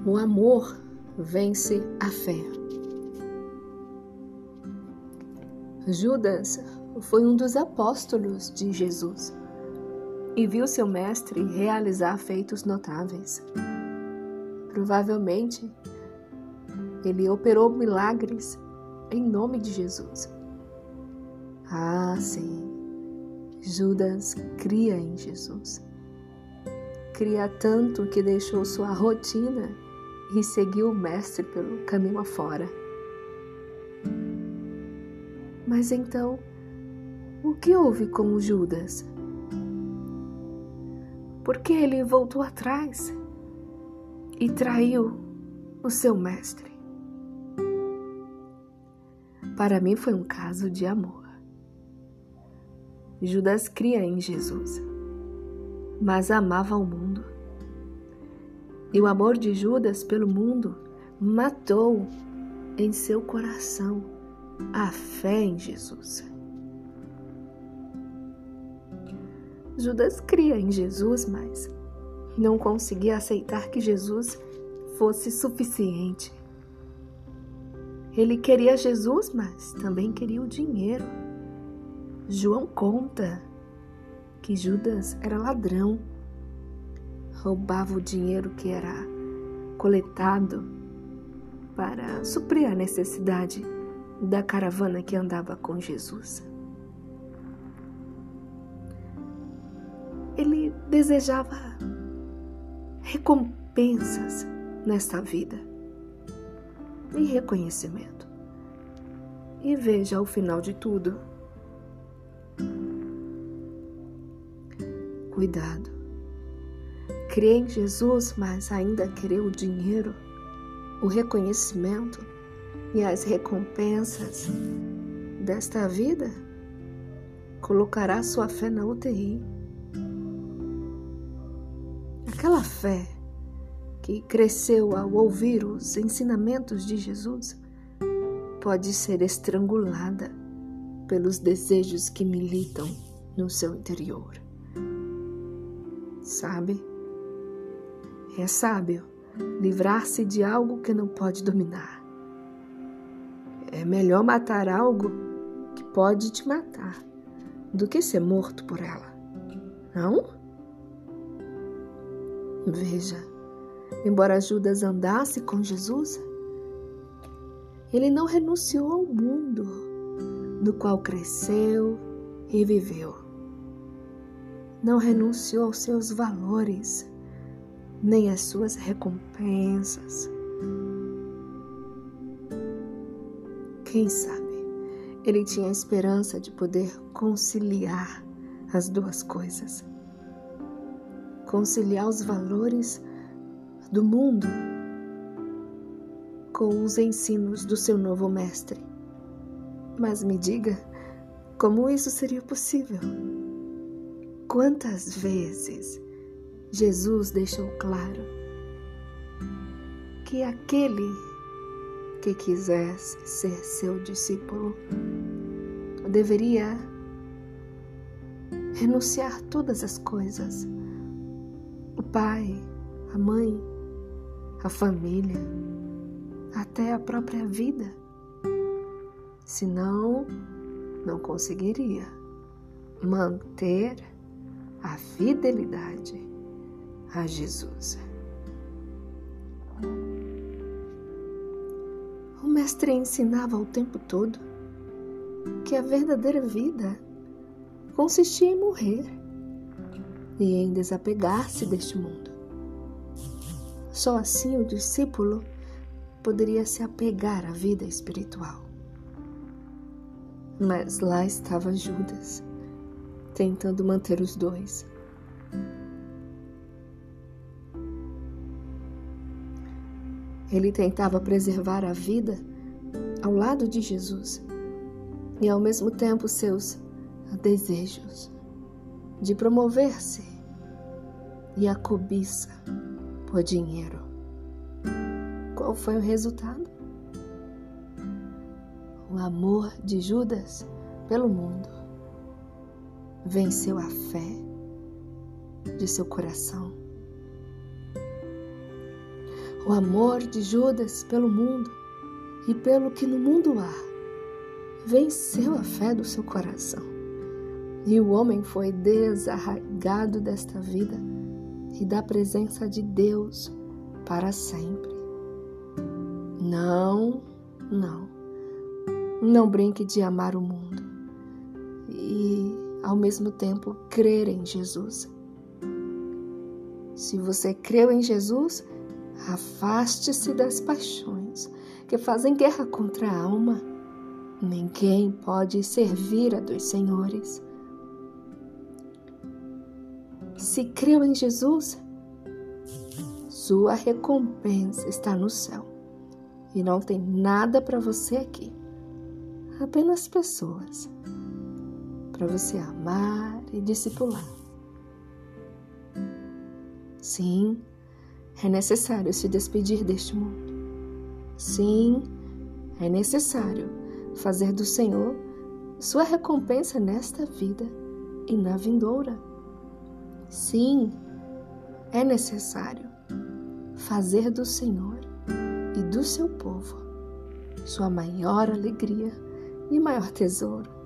O amor vence a fé. Judas foi um dos apóstolos de Jesus e viu seu mestre realizar feitos notáveis. Provavelmente, ele operou milagres em nome de Jesus. Ah, sim, Judas cria em Jesus. Cria tanto que deixou sua rotina e seguiu o mestre pelo caminho afora. Mas então, o que houve com o Judas? Por que ele voltou atrás e traiu o seu mestre? Para mim foi um caso de amor. Judas cria em Jesus, mas amava o mundo. E o amor de Judas pelo mundo matou em seu coração a fé em Jesus. Judas cria em Jesus, mas não conseguia aceitar que Jesus fosse suficiente. Ele queria Jesus, mas também queria o dinheiro. João conta que Judas era ladrão, roubava o dinheiro que era coletado para suprir a necessidade da caravana que andava com Jesus. Ele desejava recompensas nesta vida e reconhecimento. E veja o final de tudo. Cuidado. Crer em Jesus, mas ainda querer o dinheiro, o reconhecimento e as recompensas desta vida, colocará sua fé na UTI. Aquela fé que cresceu ao ouvir os ensinamentos de Jesus pode ser estrangulada pelos desejos que militam no seu interior. Sabe? É sábio livrar-se de algo que não pode dominar. É melhor matar algo que pode te matar do que ser morto por ela. Não? Veja, embora Judas andasse com Jesus, ele não renunciou ao mundo no qual cresceu e viveu. Não renunciou aos seus valores, nem às suas recompensas. Quem sabe, ele tinha a esperança de poder conciliar as duas coisas. Conciliar os valores do mundo com os ensinos do seu novo mestre. Mas me diga, como isso seria possível? Quantas vezes Jesus deixou claro que aquele que quisesse ser seu discípulo deveria renunciar todas as coisas: o pai, a mãe, a família, até a própria vida. Senão, não conseguiria manter a fidelidade a Jesus. O mestre ensinava o tempo todo que a verdadeira vida consistia em morrer e em desapegar-se deste mundo. Só assim o discípulo poderia se apegar à vida espiritual. Mas lá estava Judas, tentando manter os dois. Ele tentava preservar a vida ao lado de Jesus e ao mesmo tempo seus desejos de promover-se e a cobiça por dinheiro. Qual foi o resultado? O amor de Judas pelo mundo venceu a fé de seu coração. O amor de Judas pelo mundo e pelo que no mundo há venceu a fé do seu coração. E o homem foi desarraigado desta vida e da presença de Deus para sempre. Não brinque de amar o mundo e, ao mesmo tempo, crer em Jesus. Se você creu em Jesus, afaste-se das paixões que fazem guerra contra a alma. Ninguém pode servir a dois senhores. Se creu em Jesus, sua recompensa está no céu. E não tem nada para você aqui. Apenas pessoas para você amar e discipular. Sim, é necessário se despedir deste mundo. Sim, é necessário fazer do Senhor sua recompensa nesta vida e na vindoura. Sim, é necessário fazer do Senhor e do seu povo sua maior alegria e maior tesouro.